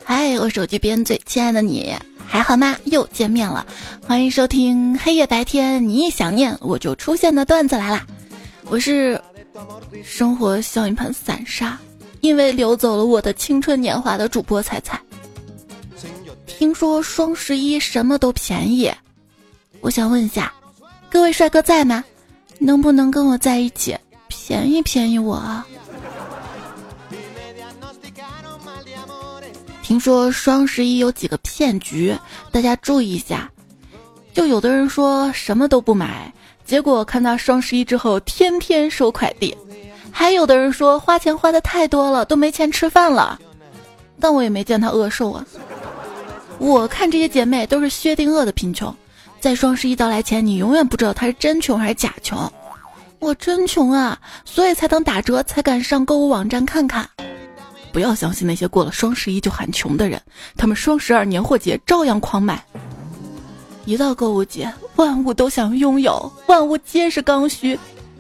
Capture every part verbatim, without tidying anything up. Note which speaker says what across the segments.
Speaker 1: 嗨，我手机边最亲爱的你还好吗？又见面了，欢迎收听黑夜白天你一想念我就出现的段子来啦。我是生活像一盘散沙，因为流走了我的青春年华的主播彩彩。听说双十一什么都便宜，我想问一下各位帅哥在吗？能不能跟我在一起便宜便宜我啊？听说双十一有几个骗局，大家注意一下。就有的人说什么都不买，结果看到双十一之后天天收快递。还有的人说花钱花的太多了，都没钱吃饭了，但我也没见他饿瘦啊。我看这些姐妹都是薛定谔的贫穷，在双十一到来前你永远不知道她是真穷还是假穷。我真穷啊，所以才等打折才敢上购物网站看看。不要相信那些过了双十一就喊穷的人，他们双十二年货节照样狂买。一到购物节，万物都想拥有，万物皆是刚需。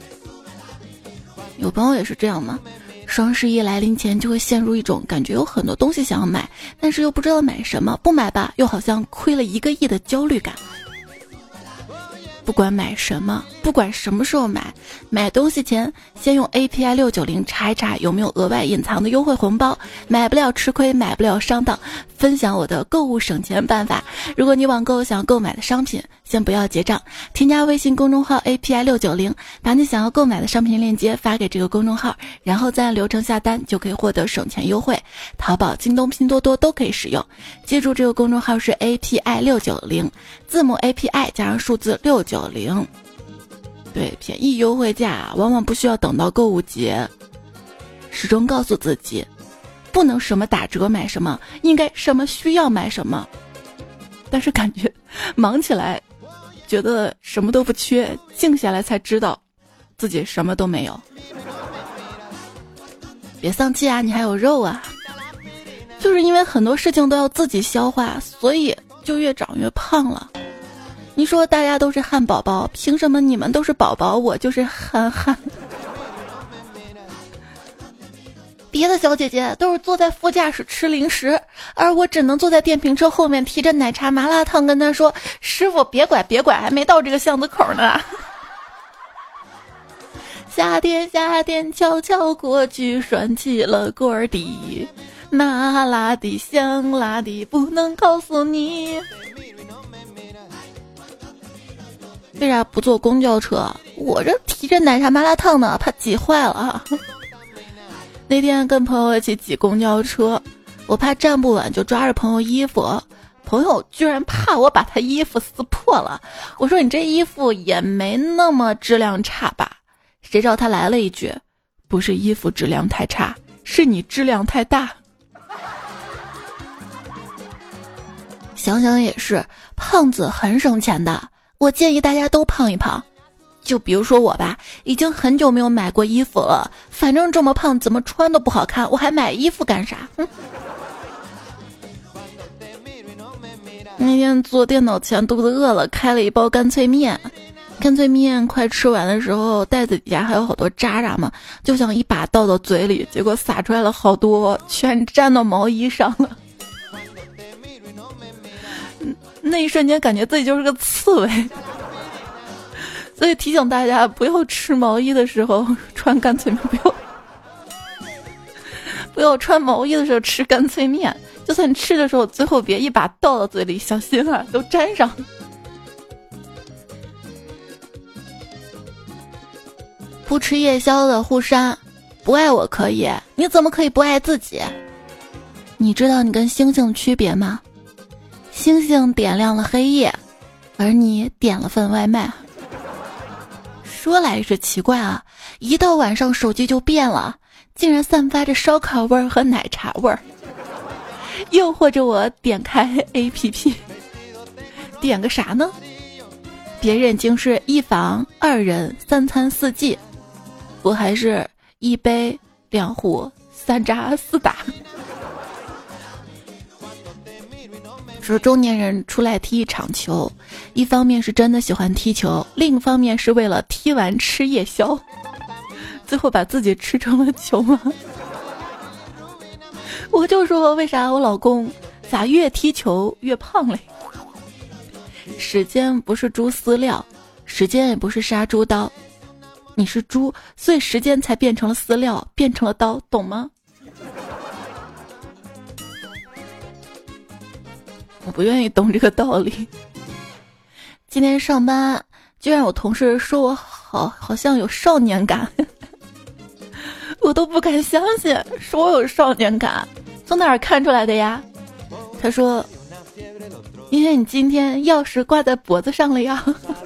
Speaker 1: 有朋友也是这样吗？双十一来临前就会陷入一种感觉有很多东西想要买，但是又不知道买什么，不买吧又好像亏了一个亿的焦虑感。不管买什么，不管什么时候买，买东西前先用 A P I 六九零查一查有没有额外隐藏的优惠红包，买不了吃亏，买不了上当。分享我的购物省钱办法。如果你网购想要购买的商品，先不要结账，添加微信公众号 A P I 六九零，把你想要购买的商品链接发给这个公众号，然后再按流程下单，就可以获得省钱优惠。淘宝、京东、拼多多都可以使用。记住这个公众号是 A P I 六九零，字母 A P I 加上数字六九零。对，便宜优惠价往往不需要等到购物节，始终告诉自己不能什么打折买什么，应该什么需要买什么。但是感觉忙起来觉得什么都不缺，静下来才知道自己什么都没有。别丧气啊，你还有肉啊。就是因为很多事情都要自己消化，所以就越长越胖了。你说大家都是汉堡包，凭什么你们都是宝宝，我就是憨憨？别的小姐姐都是坐在副驾驶吃零食，而我只能坐在电瓶车后面提着奶茶麻辣烫跟她说，师傅别拐别拐，还没到这个巷子口呢。夏天夏天悄悄过去，涮起了锅儿底，那辣的香辣的不能告诉你。为啥不坐公交车？我这提着奶茶麻辣烫呢，怕挤坏了。那天跟朋友一起挤公交车，我怕站不稳就抓着朋友衣服，朋友居然怕我把他衣服撕破了。我说你这衣服也没那么质量差吧？谁知道他来了一句，不是衣服质量太差，是你质量太大。想想也是，胖子很省钱的，我建议大家都胖一胖。就比如说我吧，已经很久没有买过衣服了，反正这么胖怎么穿都不好看，我还买衣服干啥？嗯、那天坐电脑前肚子饿了，开了一包干脆面，干脆面快吃完的时候，袋子底下还有好多渣渣嘛，就想一把倒到嘴里，结果洒出来了好多，全沾到毛衣上了。那一瞬间感觉自己就是个刺猬。所以提醒大家不要吃毛衣的时候穿干脆面，不要不要穿毛衣的时候吃干脆面，就算吃的时候最后别一把倒到嘴里，小心啊都沾上。不吃夜宵的护山，不爱我可以，你怎么可以不爱自己？你知道你跟星星的区别吗？星星点亮了黑夜，而你点了份外卖。说来是奇怪啊，一到晚上手机就变了，竟然散发着烧烤味儿和奶茶味儿。又或者我点开 A P P 点个啥呢？别人已经是一房二人三餐四季，我还是一杯两壶三扎四打。说中年人出来踢一场球，一方面是真的喜欢踢球，另一方面是为了踢完吃夜宵，最后把自己吃成了球吗？ 我就说为啥我老公咋越踢球越胖嘞？时间不是猪饲料，时间也不是杀猪刀，你是猪，所以时间才变成了饲料，变成了刀，懂吗？我不愿意懂这个道理。今天上班居然有同事说我好好像有少年感，我都不敢相信，说我有少年感，从哪儿看出来的呀？他说因为你今天钥匙挂在脖子上了呀。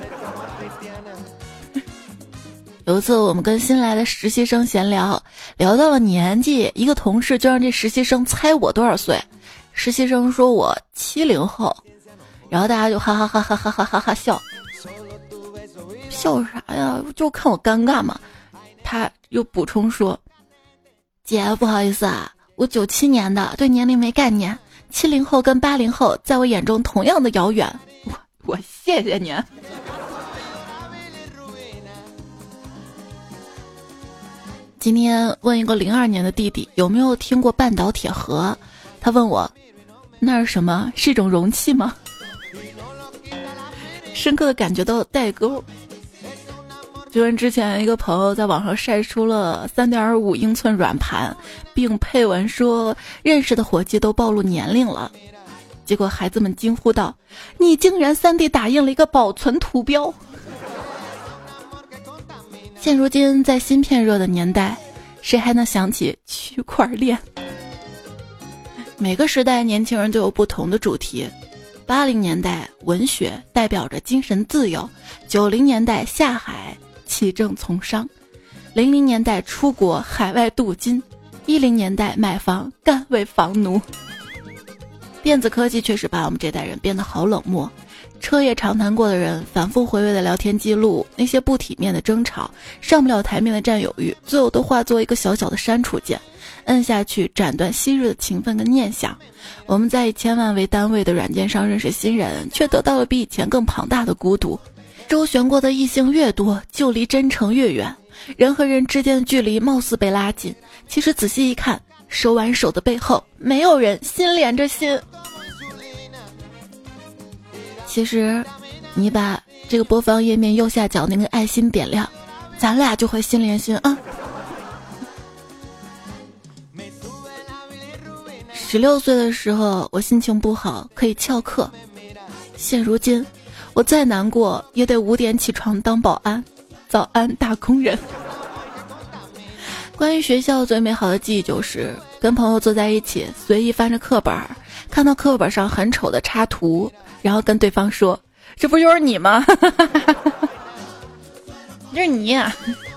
Speaker 1: 有一次我们跟新来的实习生闲聊，聊到了年纪，一个同事就让这实习生猜我多少岁，实习生说我七零后，然后大家就哈哈哈哈哈哈哈哈笑，笑啥呀？就看我尴尬嘛。他又补充说，姐不好意思啊，我九七年的，对年龄没概念，七零后跟八零后在我眼中同样的遥远。我我谢谢您。今天问一个零二年的弟弟有没有听过半岛铁盒，他问我那是什么？是一种容器吗？深刻的感觉到代沟。就跟之前一个朋友在网上晒出了 三点五英寸软盘，并配文说认识的伙计都暴露年龄了，结果孩子们惊呼道，你竟然 三 D 打印了一个保存图标。现如今在芯片热的年代，谁还能想起区块链？每个时代年轻人都有不同的主题。八零年代文学代表着精神自由，九零年代下海弃政从商，零零年代出国海外镀金，一零年代买房干为房奴。电子科技确实把我们这代人变得好冷漠，彻夜长谈过的人，反复回味的聊天记录，那些不体面的争吵，上不了台面的占有欲，最后都化作一个小小的删除键，摁下去斩断昔日的情分跟念想。我们在以千万为单位的软件上认识新人，却得到了比以前更庞大的孤独。周旋过的异性越多，就离真诚越远，人和人之间的距离貌似被拉近，其实仔细一看，手挽手的背后，没有人心连着心。其实你把这个播放页面右下角那个爱心点亮，咱俩就会心连心啊。十六岁的时候我心情不好可以翘课，现如今我再难过也得五点起床当保安。早安打工人。关于学校最美好的记忆就是跟朋友坐在一起，随意翻着课本，看到课本上很丑的插图，然后跟对方说，这不就是你吗？这是你啊。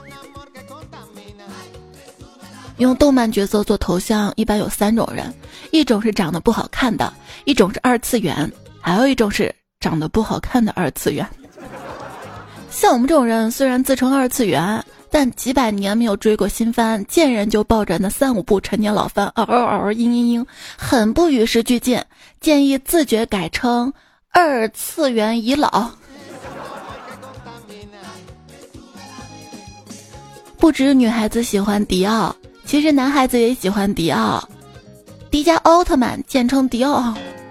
Speaker 1: 用动漫角色做头像一般有三种人，一种是长得不好看的，一种是二次元，还有一种是长得不好看的二次元。像我们这种人虽然自称二次元，但几百年没有追过新番，见人就抱着那三五部陈年老番嗷嗷嗷嘤嘤嘤，很不与时俱进，建议自觉改称二次元遗老。不止女孩子喜欢迪奥，其实男孩子也喜欢迪奥，迪迦奥特曼简称迪奥。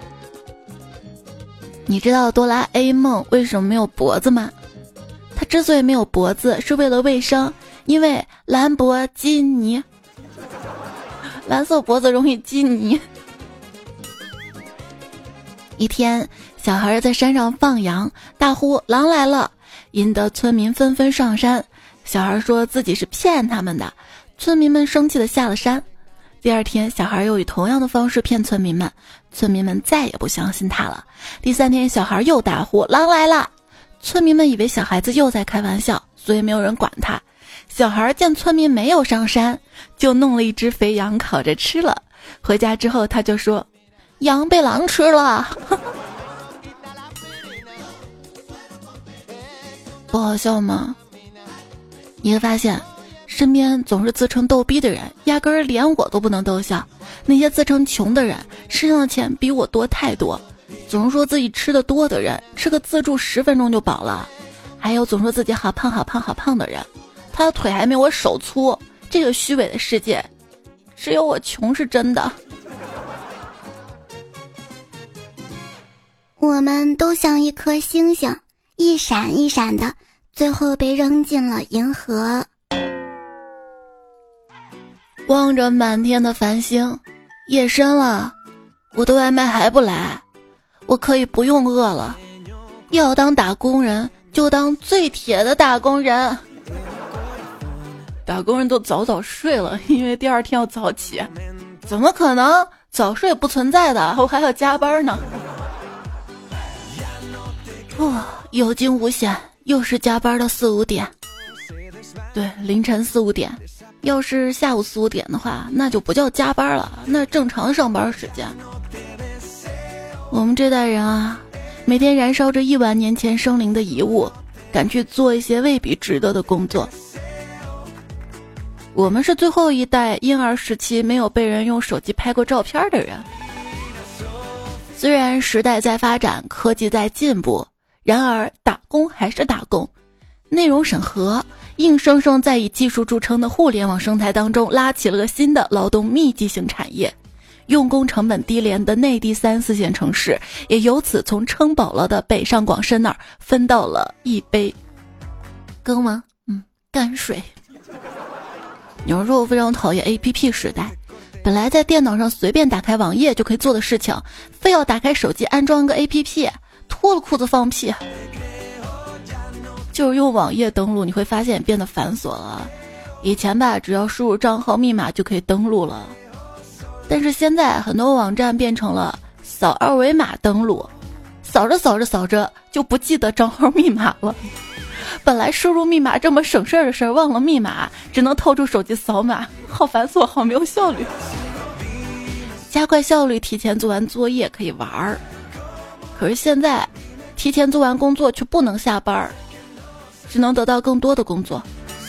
Speaker 1: 你知道哆啦 A 梦为什么没有脖子吗？他之所以没有脖子是为了卫生，因为兰博基尼，蓝色脖子容易积泥。一天，小孩在山上放羊，大呼狼来了，引得村民纷纷上山。小孩说自己是骗他们的，村民们生气地下了山。第二天，小孩又以同样的方式骗村民们，村民们再也不相信他了。第三天，小孩又大呼狼来了，村民们以为小孩子又在开玩笑，所以没有人管他。小孩见村民没有上山，就弄了一只肥羊烤着吃了。回家之后他就说，羊被狼吃了。不好笑吗？你会发现身边总是自称逗逼的人，压根儿连我都不能逗笑。那些自称穷的人，身上的钱比我多太多。总是说自己吃的多的人，吃个自助十分钟就饱了。还有总说自己好胖好胖好胖的人，他的腿还没我手粗。这个虚伪的世界，只有我穷是真的。
Speaker 2: 我们都像一颗星星，一闪一闪的，最后被扔进了银河。
Speaker 1: 望着满天的繁星，夜深了，我的外卖还不来，我可以不用饿了。要当打工人就当最铁的打工人。打工人都早早睡了，因为第二天要早起。怎么可能？早睡不存在的，我还要加班呢。哦，有惊无险，又是加班的四五点。对，凌晨四五点。要是下午四五点的话，那就不叫加班了，那是正常上班时间。我们这代人啊，每天燃烧着亿万年前生灵的遗物，赶去做一些未必值得的工作。我们是最后一代婴儿时期没有被人用手机拍过照片的人。虽然时代在发展，科技在进步，然而打工还是打工。内容审核硬生生在以技术著称的互联网生态当中拉起了个新的劳动密集型产业，用工成本低廉的内地三四线城市也由此从撑饱了的北上广深那儿分到了一杯羹吗？嗯，泔水。有人说我非常讨厌 A P P 时代，本来在电脑上随便打开网页就可以做的事情，非要打开手机安装一个 A P P， 脱了裤子放屁。就是用网页登录，你会发现变得繁琐了。以前吧，只要输入账号密码就可以登录了，但是现在很多网站变成了扫二维码登录，扫着扫着扫着就不记得账号密码了。本来输入密码这么省事儿的事儿，忘了密码只能掏出手机扫码，好繁琐，好没有效率。加快效率，提前做完作业可以玩儿，可是现在提前做完工作却不能下班，只能得到更多的工作。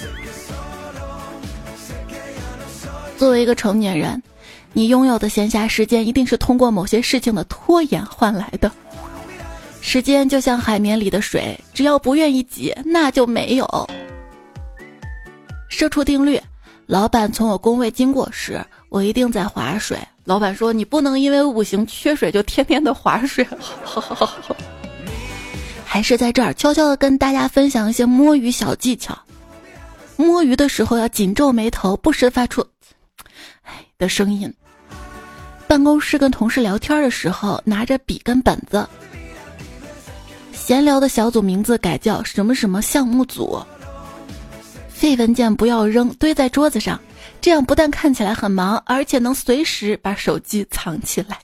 Speaker 1: 作为一个成年人，你拥有的闲暇时间一定是通过某些事情的拖延换来的。时间就像海绵里的水，只要不愿意挤，那就没有。社畜定律，老板从我工位经过时，我一定在划水。老板说你不能因为五行缺水就天天的划水。好好好好，还是在这儿悄悄地跟大家分享一些摸鱼小技巧。摸鱼的时候要紧皱眉头，不时发出唉的声音。办公室跟同事聊天的时候，拿着笔跟本子。闲聊的小组名字改叫什么什么项目组。废文件不要扔，堆在桌子上，这样不但看起来很忙，而且能随时把手机藏起来。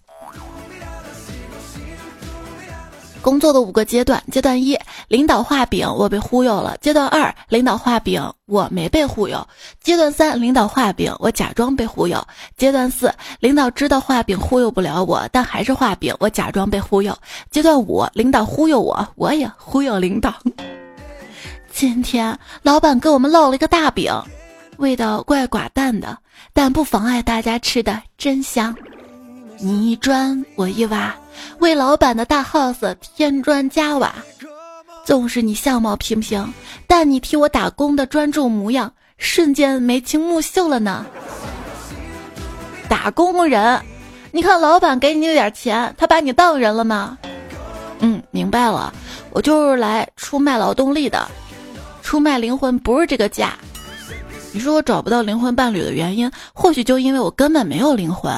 Speaker 1: 工作的五个阶段，阶段一，领导画饼，我被忽悠了；阶段二，领导画饼，我没被忽悠；阶段三，领导画饼，我假装被忽悠；阶段四，领导知道画饼忽悠不了我，但还是画饼，我假装被忽悠；阶段五，领导忽悠我，我也忽悠领导。今天老板给我们烙了一个大饼，味道怪寡淡的，但不妨碍大家吃的真香。你一砖我一瓦，为老板的大 house 添砖加瓦。纵使你相貌平平，但你替我打工的专注模样，瞬间眉清目秀了呢。打工人，你看老板给你点钱，他把你当人了吗？嗯，明白了，我就是来出卖劳动力的，出卖灵魂不是这个价。你说我找不到灵魂伴侣的原因，或许就因为我根本没有灵魂。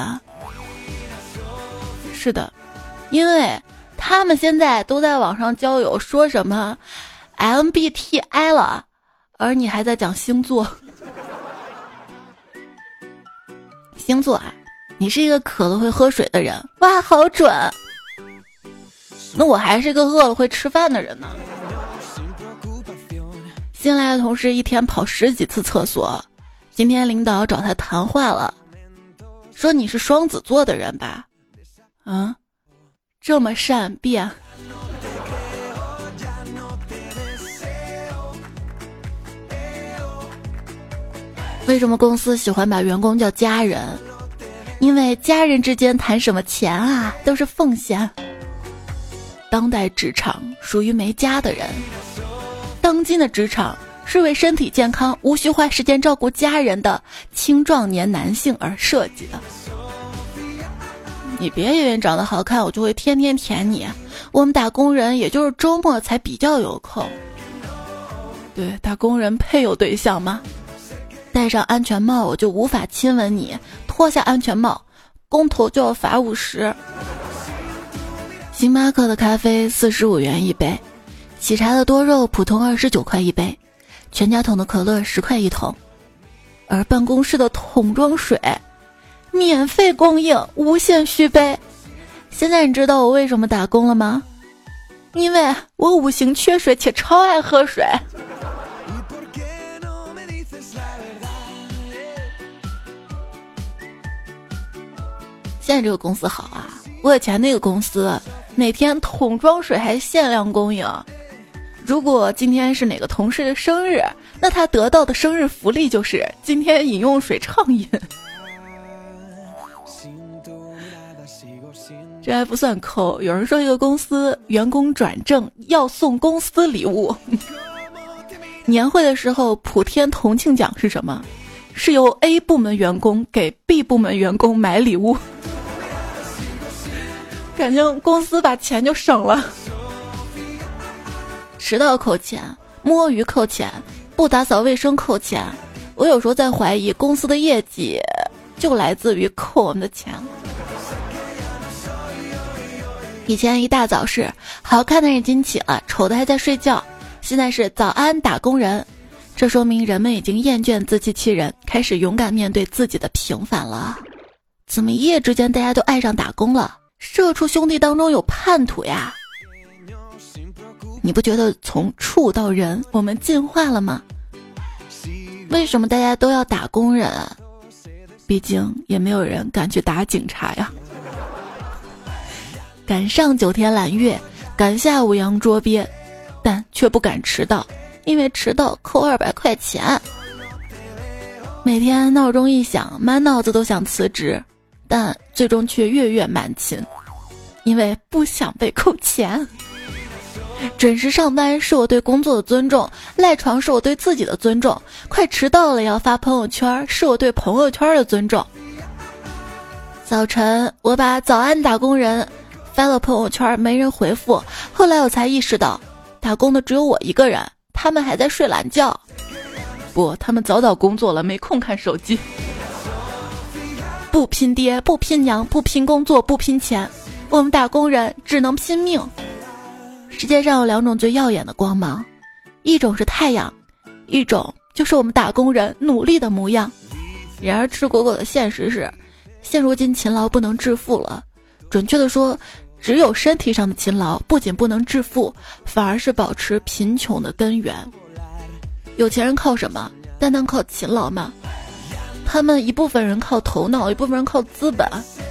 Speaker 1: 是的，因为他们现在都在网上交友，说什么 M B T I 了，而你还在讲星座。星座啊，你是一个渴了会喝水的人，哇，好准。那我还是一个饿了会吃饭的人呢。新来的同事一天跑十几次厕所，今天领导找他谈话了，说你是双子座的人吧？啊，这么善变。为什么公司喜欢把员工叫家人？因为家人之间谈什么钱啊，都是奉献。当代职场属于没家的人，当今的职场是为身体健康、无需花时间照顾家人的青壮年男性而设计的。你别以为长得好看我就会天天舔你， 我们打工人也就是周末才比较有空。对，打工人配有对象吗？戴上安全帽我就无法亲吻你，脱下安全帽，工头就要罚五十。星巴克的咖啡四十五元一杯，喜茶的多肉普通二十九块一杯，全家桶的可乐十块一桶，而办公室的桶装水免费供应，无限续杯。现在你知道我为什么打工了吗？因为我五行缺水且超爱喝水。现在这个公司好啊，我以前那个公司哪天桶装水还限量供应，如果今天是哪个同事的生日，那他得到的生日福利就是今天饮用水畅饮。这还不算抠，有人说一个公司员工转正要送公司礼物。年会的时候普天同庆奖是什么？是由 A 部门员工给 B 部门员工买礼物。感觉公司把钱就省了。迟到扣钱，摸鱼扣钱，不打扫卫生扣钱。我有时候在怀疑公司的业绩就来自于扣我们的钱。以前一大早是好看的人已经起了，丑的还在睡觉，现在是早安打工人。这说明人们已经厌倦自欺欺人，开始勇敢面对自己的平凡了。怎么一夜之间大家都爱上打工了？社畜兄弟当中有叛徒呀！你不觉得从畜到人我们进化了吗？为什么大家都要打工人啊？毕竟也没有人敢去打警察呀。敢上九天揽月，敢下五洋捉鳖，但却不敢迟到，因为迟到扣二百块钱。每天闹钟一响，满脑子都想辞职，但最终却月月满勤，因为不想被扣钱。准时上班是我对工作的尊重，赖床是我对自己的尊重，快迟到了要发朋友圈是我对朋友圈的尊重。早晨我把早安打工人发了朋友圈，没人回复，后来我才意识到打工的只有我一个人，他们还在睡懒觉。不，他们早早工作了，没空看手机。不拼爹，不拼娘，不拼工作，不拼钱，我们打工人只能拼命。世界上有两种最耀眼的光芒，一种是太阳，一种就是我们打工人努力的模样。然而赤果果的现实是，现如今勤劳不能致富了，准确的说，只有身体上的勤劳不仅不能致富，反而是保持贫穷的根源。有钱人靠什么？单单靠勤劳吗？他们一部分人靠头脑，一部分人靠资本。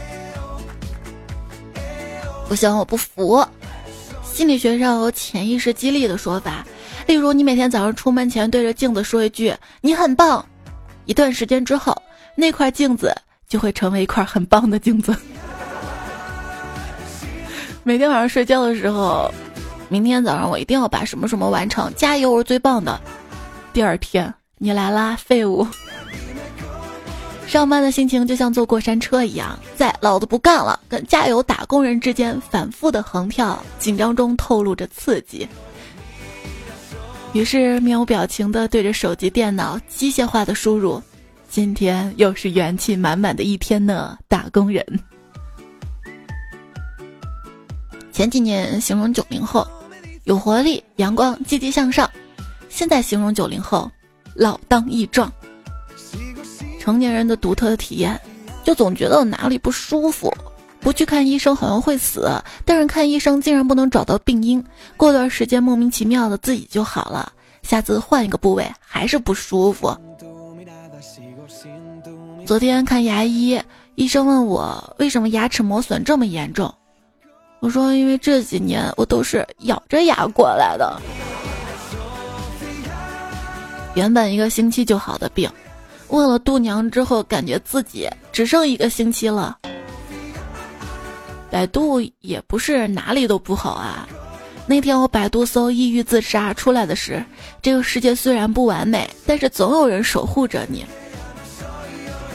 Speaker 1: 不行，我不服。心理学上有潜意识激励的说法，例如你每天早上出门前对着镜子说一句你很棒，一段时间之后那块镜子就会成为一块很棒的镜子。每天晚上睡觉的时候，明天早上我一定要把什么什么完成，加油，我是最棒的。第二天你来啦，废物。上班的心情就像坐过山车一样，在老子不干了跟加油打工人之间反复的横跳，紧张中透露着刺激。于是面无表情的对着手机电脑机械化的输入，今天又是元气满满的一天呢，打工人。前几年形容九零后有活力、阳光、积极向上，现在形容九零后老当益壮。成年人的独特的体验，就总觉得哪里不舒服，不去看医生好像会死，但是看医生竟然不能找到病因，过段时间莫名其妙的自己就好了，下次换一个部位还是不舒服。昨天看牙医，医生问我为什么牙齿磨损这么严重，我说因为这几年我都是咬着牙过来的。原本一个星期就好的病，问了度娘之后感觉自己只剩一个星期了。百度也不是哪里都不好啊，那天我百度搜抑郁自杀，出来的是这个世界虽然不完美，但是总有人守护着你。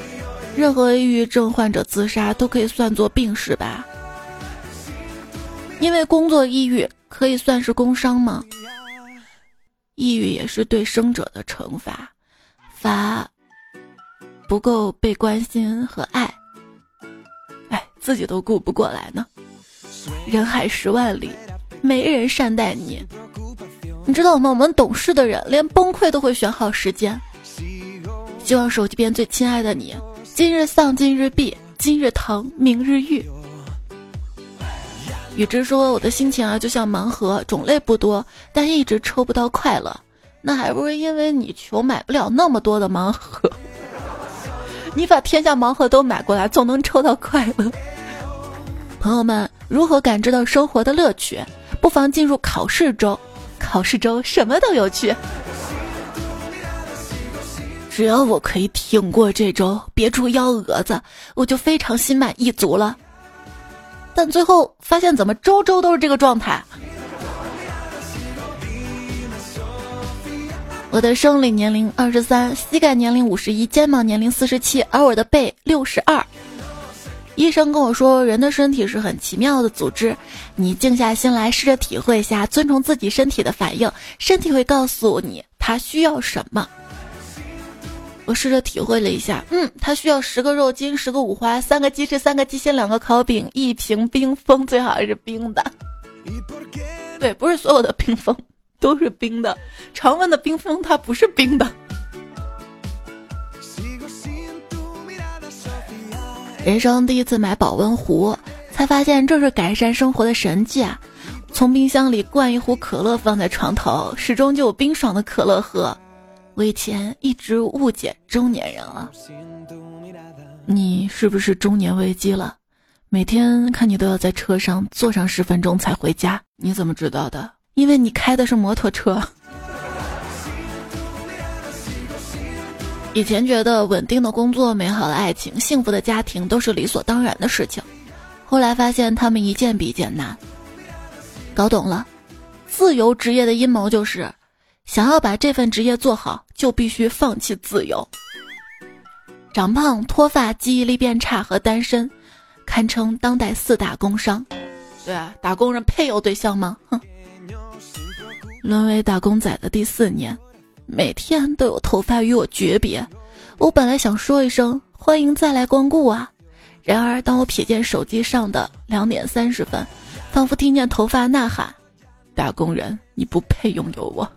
Speaker 1: 任何抑郁症患者自杀都可以算作病史吧。 因为工作抑郁可以算是工伤吗？抑郁也是对生者的惩罚，罚不够被关心和爱，哎，自己都顾不过来呢。人海十万里，没人善待你，你知道吗？我们懂事的人连崩溃都会选好时间。希望手机边最亲爱的你，今日丧今日毕，今日疼明日愈。宇之说，我的心情啊就像盲盒，种类不多，但一直抽不到快乐。那还不是因为你穷买不了那么多的盲盒。你把天下盲盒都买过来，总能抽到快乐。朋友们，如何感知到生活的乐趣？不妨进入考试周，考试周什么都有趣。只要我可以挺过这周，别出幺蛾子，我就非常心满意足了。但最后发现怎么周周都是这个状态。我的生理年龄二十三，膝盖年龄五十一，肩膀年龄四十七，而我的背六十二。医生跟我说，人的身体是很奇妙的组织，你静下心来试着体会一下，尊重自己身体的反应，身体会告诉你它需要什么。我试着体会了一下，嗯，它需要十个肉筋，十个五花，三个鸡翅，三个鸡心，两个烤饼，一瓶冰峰，最好是冰的。对，不是所有的冰峰都是冰的，常温的冰峰它不是冰的。人生第一次买保温壶，才发现这是改善生活的神迹啊！从冰箱里灌一壶可乐放在床头，始终就有冰爽的可乐喝。我以前一直误解中年人了，你是不是中年危机了？每天看你都要在车上坐上十分钟才回家，你怎么知道的？因为你开的是摩托车。以前觉得稳定的工作、美好的爱情、幸福的家庭都是理所当然的事情，后来发现他们一件比一件难。搞懂了，自由职业的阴谋就是想要把这份职业做好，就必须放弃自由。长胖、脱发、记忆力变差和单身，堪称当代四大工伤。对啊，打工人配有对象吗？哼。沦为打工仔的第四年，每天都有头发与我诀别。我本来想说一声欢迎再来光顾啊，然而当我瞥见手机上的两点三十分，仿佛听见头发呐喊：打工人，你不配拥有我。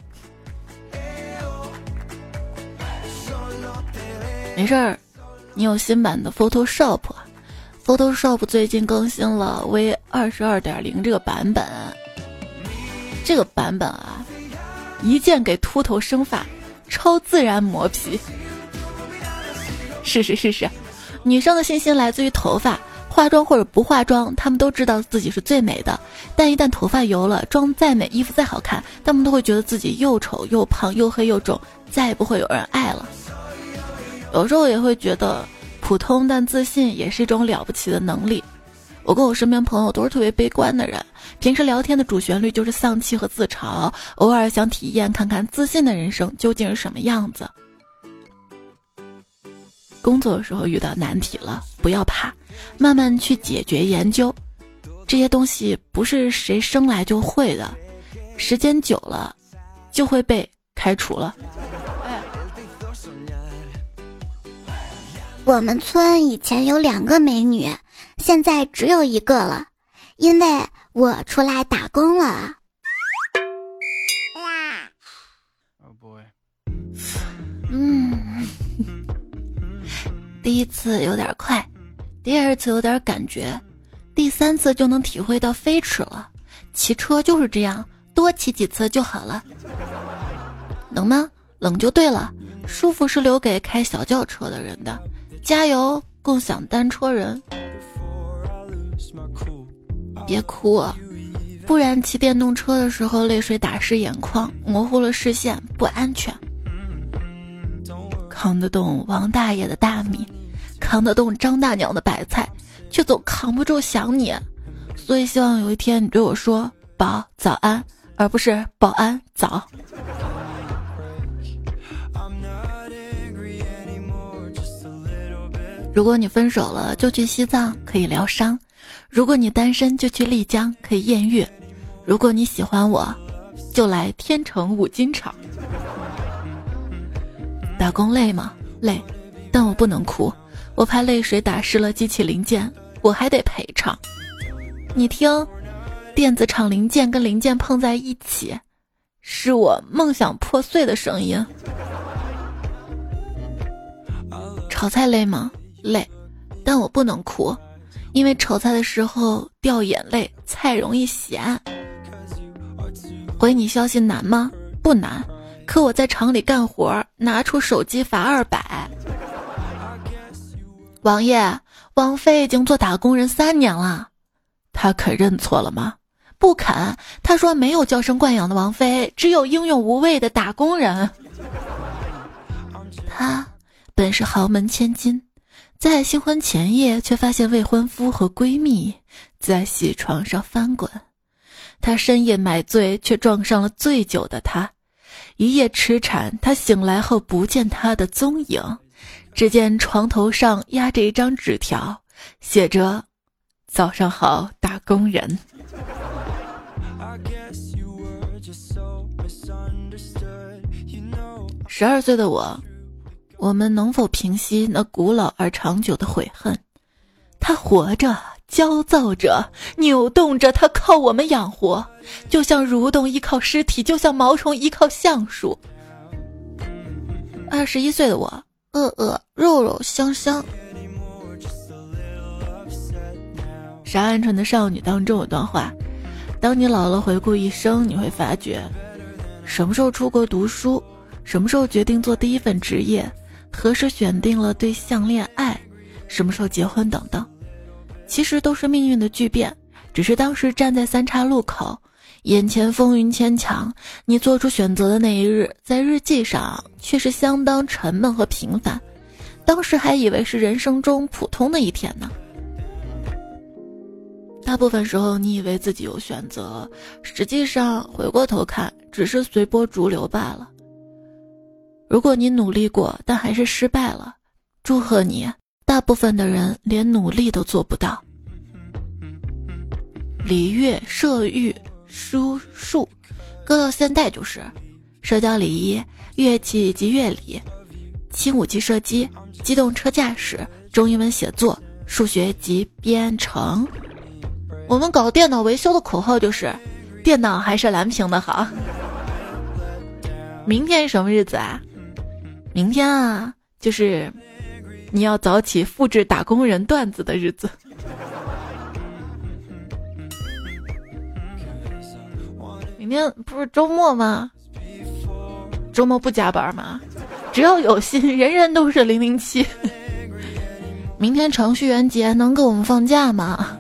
Speaker 1: 没事儿，你有新版的 Photoshop， Photoshop 最近更新了 V 二十二点零 这个版本。这个版本啊，一键给秃头生发，超自然磨皮。是是是是，女生的信心来自于头发，化妆或者不化妆，她们都知道自己是最美的，但一旦头发油了，妆再美，衣服再好看，她们都会觉得自己又丑又胖又黑又肿，再也不会有人爱了。有时候也会觉得普通但自信也是一种了不起的能力。我跟我身边朋友都是特别悲观的人，平时聊天的主旋律就是丧气和自嘲，偶尔想体验看看自信的人生究竟是什么样子。工作的时候遇到难题了，不要怕，慢慢去解决研究。这些东西不是谁生来就会的，时间久了就会被开除了。
Speaker 2: 我们村以前有两个美女，现在只有一个了，因为我出来打工了。嗯，
Speaker 1: 第一次有点快，第二次有点感觉，第三次就能体会到飞驰了。骑车就是这样，多骑几次就好了。冷吗？冷就对了，舒服是留给开小轿车的人的。加油，共享单车人。别哭啊，不然骑电动车的时候泪水打湿眼眶，模糊了视线，不安全。扛得动王大爷的大米，扛得动张大娘的白菜，却总扛不住想你。所以希望有一天你对我说宝早安，而不是保安早。如果你分手了，就去西藏可以疗伤； 如果你单身就去丽江可以艳遇，如果你喜欢我就来天成五金厂。打工累吗？累，但我不能哭，我怕泪水打湿了机器零件，我还得赔偿。你听，电子厂零件跟零件碰在一起，是我梦想破碎的声音。炒菜累吗？累，但我不能哭，因为炒菜的时候掉眼泪，菜容易咸。回你消息难吗？不难，可我在厂里干活，拿出手机罚二百。王爷，王菲已经做打工人三年了，他肯认错了吗？不肯，他说没有娇生惯养的王菲，只有英勇无畏的打工人。他本是豪门千金，在新婚前夜却发现未婚夫和闺蜜在戏床上翻滚，他深夜买醉却撞上了醉酒的他，一夜痴缠，他醒来后不见他的踪影，只见床头上压着一张纸条，写着早上好打工人。十二岁的我，我们能否平息那古老而长久的悔恨？他活着，焦躁着，扭动着，他靠我们养活，就像蠕动依靠尸体，就像毛虫依靠橡树。二十一岁的我，饿饿肉肉香香。傻鹌鹑的少女当中有段话，当你老了回顾一生，你会发觉什么时候出国读书，什么时候决定做第一份职业，何时选定了对象恋爱，什么时候结婚等等，其实都是命运的巨变，只是当时站在三岔路口，眼前风云牵强，你做出选择的那一日，在日记上却是相当沉闷和平凡，当时还以为是人生中普通的一天呢。大部分时候你以为自己有选择，实际上回过头看只是随波逐流罢了。如果你努力过但还是失败了，祝贺你，大部分的人连努力都做不到。礼乐射御书数，搁到现代就是社交礼仪、乐器及乐理、轻武器射击、机动车驾驶、中英文写作、数学及编程。我们搞电脑维修的口号就是电脑还是蓝屏的好。明天什么日子啊？明天啊，就是你要早起复制打工人段子的日子。明天不是周末吗？周末不加班吗？只要有心，人人都是零零七。明天程序员节能给我们放假吗？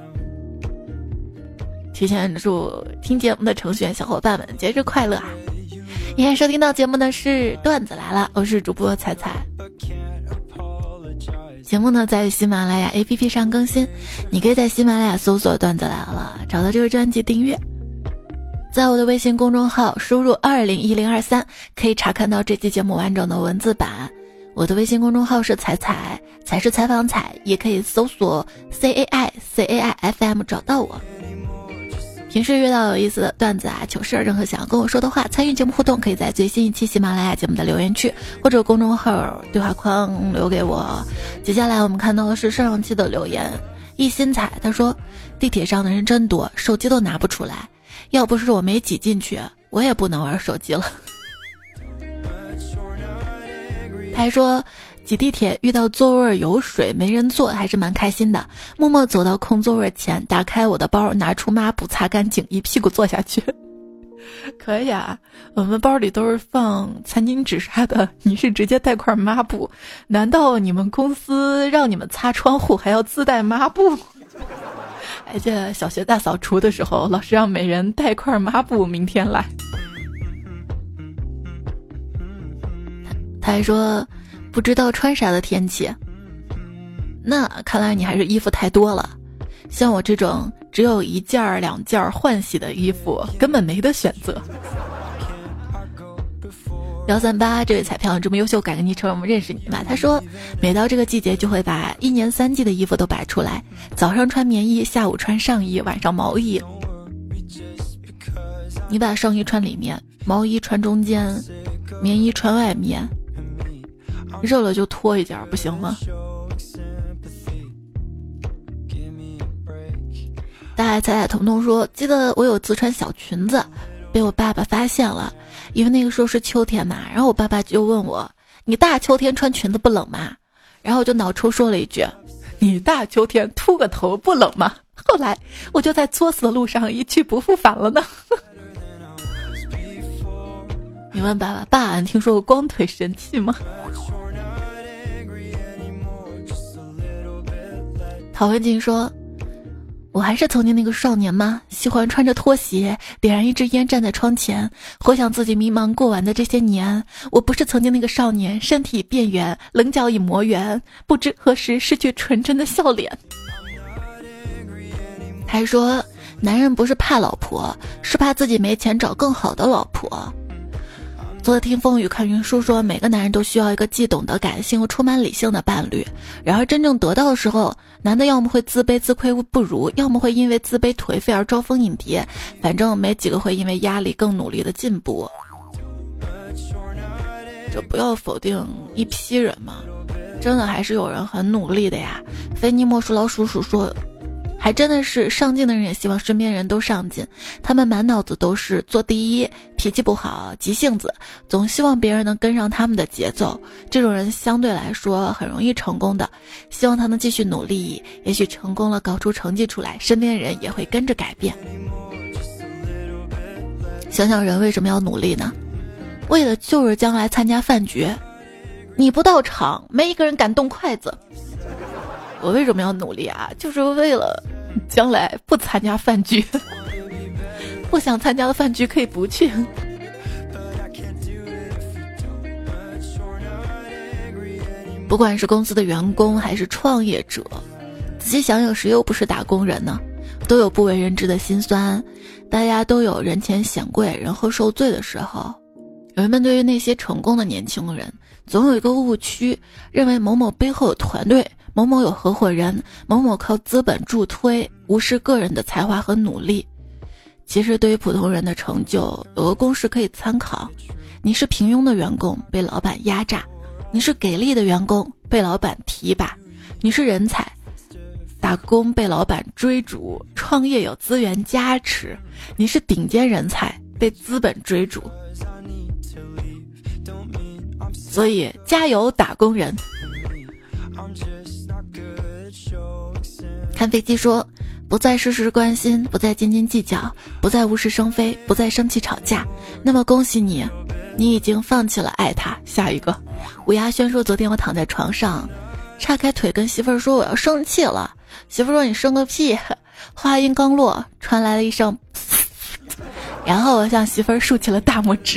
Speaker 1: 提前祝听节目的程序员小伙伴们节日快乐啊！你现在收听到节目的是段子来了，我是主播彩彩。节目呢在喜马拉雅 A P P 上更新，你可以在喜马拉雅搜索段子来了，找到这个专辑订阅。在我的微信公众号输入二零一零二三，可以查看到这期节目完整的文字版。我的微信公众号是彩彩，彩是采访彩，也可以搜索 C A I C A I F M 找到我。平时遇到有意思的段子啊、糗事，任何想要跟我说的话，参与节目互动，可以在最新一期喜马拉雅节目的留言区或者公众号对话框留给我。接下来我们看到的是上上期的留言，一心彩他说地铁上的人真多，手机都拿不出来，要不是我没挤进去，我也不能玩手机了。他还说挤地铁遇到座位有水没人坐还是蛮开心的，默默走到空座位前，打开我的包，拿出抹布擦干净，一屁股坐下去。可以啊，我们包里都是放餐巾纸啥的，你是直接带块抹布，难道你们公司让你们擦窗户还要自带抹布？还记得小学大扫除的时候，老师让每人带块抹布，明天来。他还说不知道穿啥的天气，那看来你还是衣服太多了。像我这种只有一件儿两件儿换洗的衣服，根本没得选择。 幺三八这位彩票这么优秀，改个昵称我们认识你吧。他说每到这个季节就会把一年三季的衣服都摆出来，早上穿棉衣，下午穿上衣，晚上毛衣。你把上衣穿里面，毛衣穿中间，棉衣穿外面，热了就脱一件不行吗？大爱彩彩彤彤说，记得我有次穿小裙子被我爸爸发现了，因为那个时候是秋天嘛，然后我爸爸就问我，你大秋天穿裙子不冷吗？然后我就脑抽说了一句，你大秋天秃个头不冷吗？后来我就在作死的路上一去不复返了呢。你问爸爸，爸，你听说过光腿神器吗？陶文静说，我还是曾经那个少年吗？喜欢穿着拖鞋，点燃一支烟，站在窗前，回想自己迷茫过完的这些年。我不是曾经那个少年，身体变圆，棱角已磨圆，不知何时失去纯真的笑脸。还说，男人不是怕老婆，是怕自己没钱找更好的老婆。昨天听风雨看云舒说，每个男人都需要一个既懂得感性又充满理性的伴侣，然而真正得到的时候，男的要么会自卑自愧不如，要么会因为自卑颓废而招蜂引蝶，反正没几个会因为压力更努力的进步。就不要否定一批人嘛，真的还是有人很努力的呀。菲尼莫属老鼠鼠说，还真的是上进的人也希望身边人都上进，他们满脑子都是做第一，脾气不好，急性子，总希望别人能跟上他们的节奏。这种人相对来说很容易成功的，希望他能继续努力，也许成功了搞出成绩出来，身边人也会跟着改变。想想人为什么要努力呢？为了就是将来参加饭局，你不到场，没一个人敢动筷子。我为什么要努力啊？就是为了将来不参加饭局，不想参加的饭局可以不去。不管是公司的员工还是创业者，仔细想想，谁又不是打工人呢？都有不为人知的辛酸，大家都有人前显贵人后受罪的时候。人们对于那些成功的年轻人总有一个误区，认为某某背后有团队，某某有合伙人，某某靠资本助推，无视个人的才华和努力。其实对于普通人的成就，有个公式可以参考，你是平庸的员工被老板压榨，你是给力的员工被老板提拔，你是人才打工被老板追逐，创业有资源加持，你是顶尖人才被资本追逐。所以加油打工人。看飞机说，不再事事关心，不再斤斤计较，不再无事生非，不再生气吵架，那么恭喜你，你已经放弃了爱他。下一个。吴亚轩说，昨天我躺在床上岔开腿跟媳妇儿说我要生气了，媳妇儿说你生个屁。话音刚落，传来了一声然后我向媳妇儿竖起了大拇指。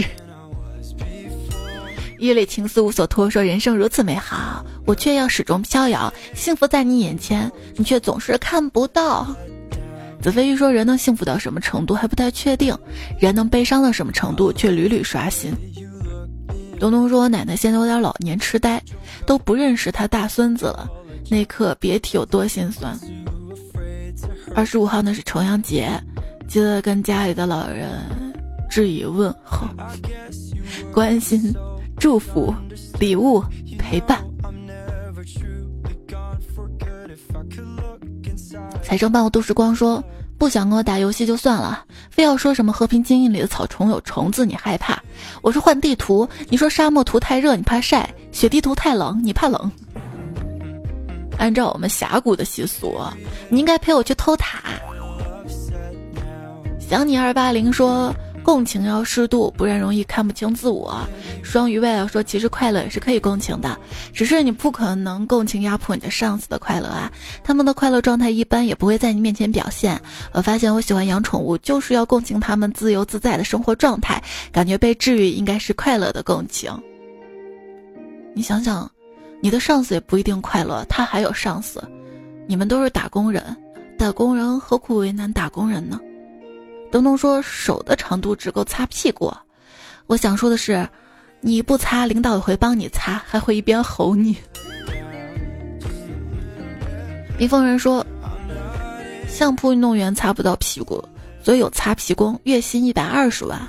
Speaker 1: 夜里情丝无所托说，人生如此美好，我却要始终飘摇，幸福在你眼前，你却总是看不到。子飞鱼说，人能幸福到什么程度还不太确定，人能悲伤到什么程度却屡屡刷新。东东说，奶奶现在有点老年痴呆，都不认识他大孙子了，那刻别提有多心酸。二十五号呢是重阳节，记得跟家里的老人致以问候，关心祝福礼物陪伴。财政办我都时光说，不想跟我打游戏就算了，非要说什么和平精英里的草丛有虫子你害怕，我说换地图，你说沙漠图太热你怕晒，雪地图太冷你怕冷。按照我们峡谷的习俗，你应该陪我去偷塔。想你二八零说，共情要适度，不然容易看不清自我。双鱼未来说，其实快乐也是可以共情的，只是你不可能共情压迫你的上司的快乐啊，他们的快乐状态一般也不会在你面前表现。我发现我喜欢养宠物，就是要共情他们自由自在的生活状态，感觉被治愈应该是快乐的共情。你想想，你的上司也不一定快乐，他还有上司，你们都是打工人，打工人何苦为难打工人呢？东东说，手的长度只够擦屁股。我想说的是， 你不擦，领导也会帮你擦，还会一边吼你。蜜蜂人说，相扑运动员擦不到屁股，所以有擦皮工，月薪一百二十万。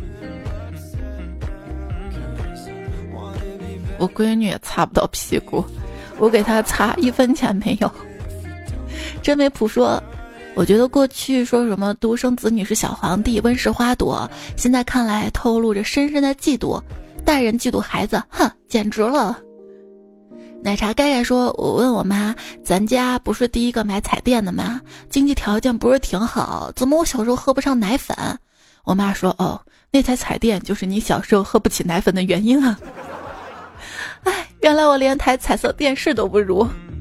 Speaker 1: 我闺女也擦不到屁股，我给她擦一分钱没有。真没谱说，我觉得过去说什么独生子女是小皇帝，温室花朵，现在看来透露着深深的嫉妒。大人嫉妒孩子，哼，简直了。奶茶盖盖说，我问我妈，咱家不是第一个买彩电的吗？经济条件不是挺好，怎么我小时候喝不上奶粉？我妈说，哦，那台彩电就是你小时候喝不起奶粉的原因啊。哎，原来我连台彩色电视都不如。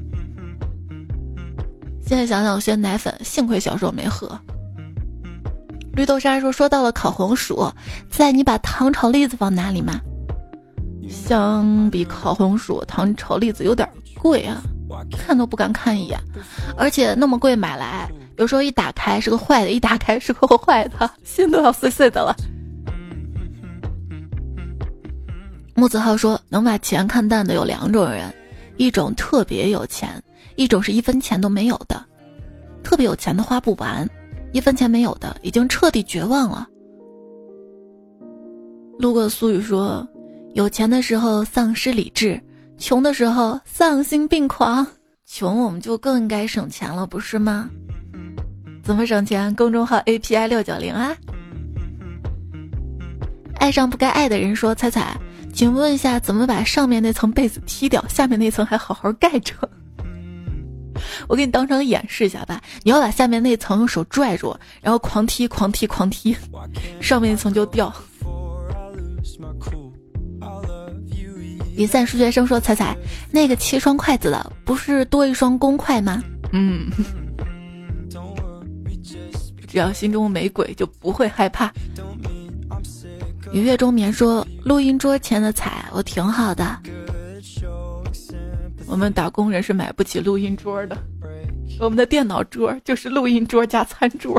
Speaker 1: 现在想想，有些奶粉幸亏小时候没喝。绿豆沙说，说到了烤红薯，在你把糖炒栗子放哪里吗？相比烤红薯，糖炒栗子有点贵啊，看都不敢看一眼，而且那么贵买来，有时候一打开是个坏的，一打开是个坏的，心都要碎碎的了。木子浩说，能把钱看淡的有两种人，一种特别有钱，一种是一分钱都没有的。特别有钱的花不完，一分钱没有的已经彻底绝望了。路过苏语说，有钱的时候丧失理智，穷的时候丧心病狂。穷我们就更应该省钱了，不是吗？怎么省钱？公众号 A P I 六九零啊。爱上不该爱的人说，彩彩，请问一下，怎么把上面那层被子踢掉，下面那层还好好盖着？我给你当成演示一下吧，你要把下面那层用手拽住，然后狂踢狂踢狂踢，上面那层就掉。比赛数学生说，彩彩，那个七双筷子的不是多一双公筷吗？嗯，只要心中没鬼就不会害怕。雨月中眠说，录音桌前的彩我挺好的，我们打工人是买不起录音桌的，我们的电脑桌就是录音桌加餐桌。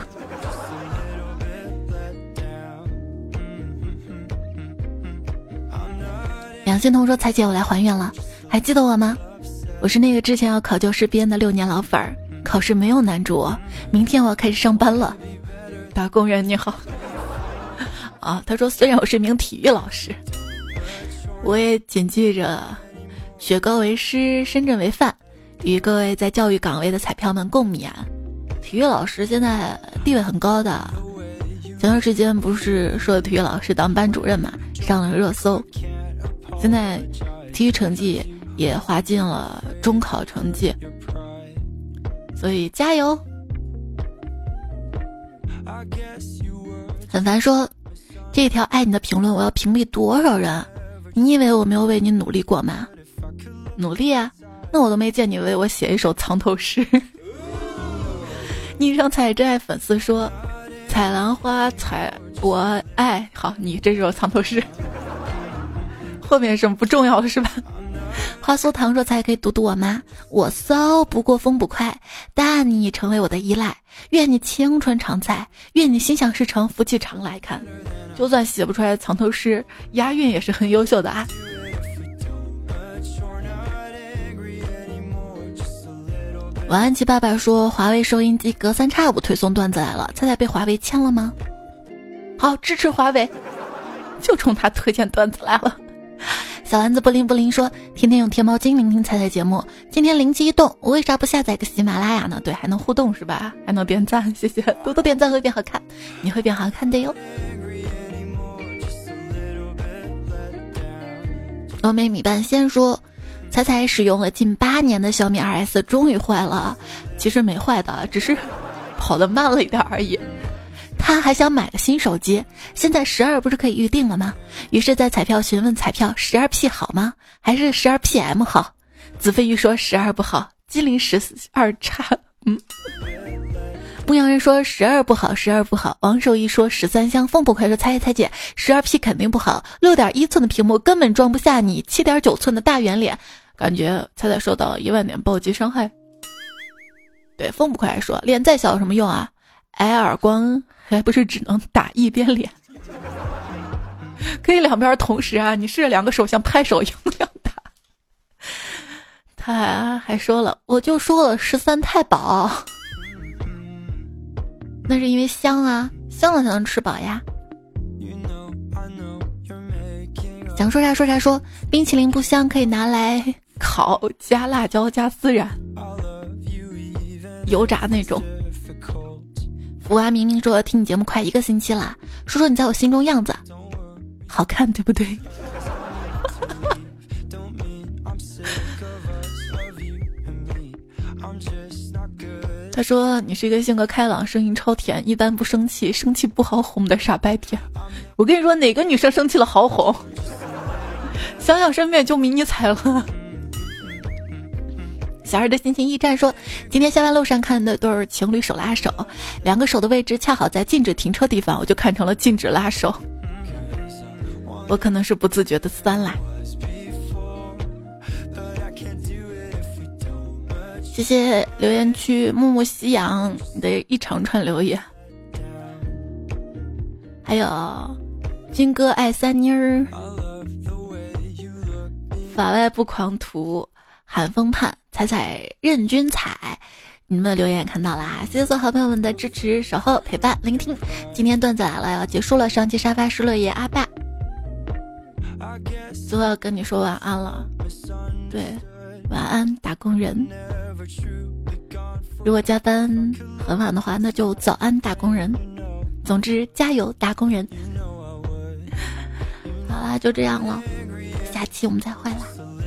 Speaker 1: 杨欣彤说，彩姐我来还愿了，还记得我吗？我是那个之前要考教师编的六年老粉儿，考试没有难住我，明天我要开始上班了。打工人你好啊，他说虽然我是名体育老师，我也谨记着雪糕为师，深圳为范，与各位在教育岗位的彩票们共勉。体育老师现在地位很高的，前段时间不是说体育老师当班主任嘛，上了热搜。现在体育成绩也划进了中考成绩，所以加油。很烦说，这条爱你的评论我要屏蔽多少人？你以为我没有为你努力过吗？努力啊，那我都没见你为我写一首藏头诗。昵称彩真爱粉丝说，采兰花采我爱，好，你这首藏头诗后面什么不重要是吧？花酥糖说，才可以读读我吗？我骚不过风不快，但你成为我的依赖，愿你青春常在，愿你心想事成，福气常来。看，就算写不出来藏头诗，押韵也是很优秀的啊。晚安琪爸爸说，华为收音机隔三差五推送段子来了，猜猜被华为签了吗？好，支持华为，就冲他推荐段子来了。小丸子不灵不灵说，天天用天猫精灵听彩彩节目，今天灵机一动，我为啥不下载个喜马拉雅呢？对，还能互动是吧？还能点赞，谢谢，多多点赞会变好看，你会变好看的哟。欧美米半仙说，彩彩使用了近八年的小米 二 S 终于坏了，其实没坏的，只是跑得慢了一点而已。他还想买个新手机，现在十二不是可以预定了吗？于是在彩票询问彩票十二 P 好吗？还是十二 P M 好？子飞鱼说十二不好，金陵十二差。嗯，牧羊人说十二不好，十二不好。王守一说十三香。风不快说猜猜姐，十二 P 肯定不好，六点一寸的屏幕根本装不下你七点九寸的大圆脸，感觉猜猜受到了一万点暴击伤害。对，风不快说脸再小有什么用啊？挨耳光还不是只能打一边脸。 可以两边同时啊，你试着两个手像拍手一样打。他还说了，我就说了十三太保，那是因为香啊，香了才能吃饱呀。想说啥说啥说，冰淇淋不香可以拿来烤，加辣椒加孜然，油炸那种。福娃明明说听你节目快一个星期了，说说你在我心中样子好看对不对？他说你是一个性格开朗声音超甜一般不生气生气不好哄的傻白甜。我跟你说哪个女生生气了好哄，想想身边就迷你彩了。小二的心情驿站说，今天下班路上看的都是情侣手拉手，两个手的位置恰好在禁止停车地方，我就看成了禁止拉手。我可能是不自觉的酸啦。谢谢留言区木木夕阳的一长串留言，还有军哥爱三妮儿，法外不狂徒，寒风盼，彩彩任君彩，你们的留言也看到啦，谢谢所有好朋友们的支持、守候、陪伴、聆听。今天段子来了，要结束了，上期沙发是乐爷阿爸，最后要跟你说晚安了，对，晚安打工人。如果加班很晚的话，那就早安打工人。总之加油打工人。好啦，就这样了，下期我们再会啦。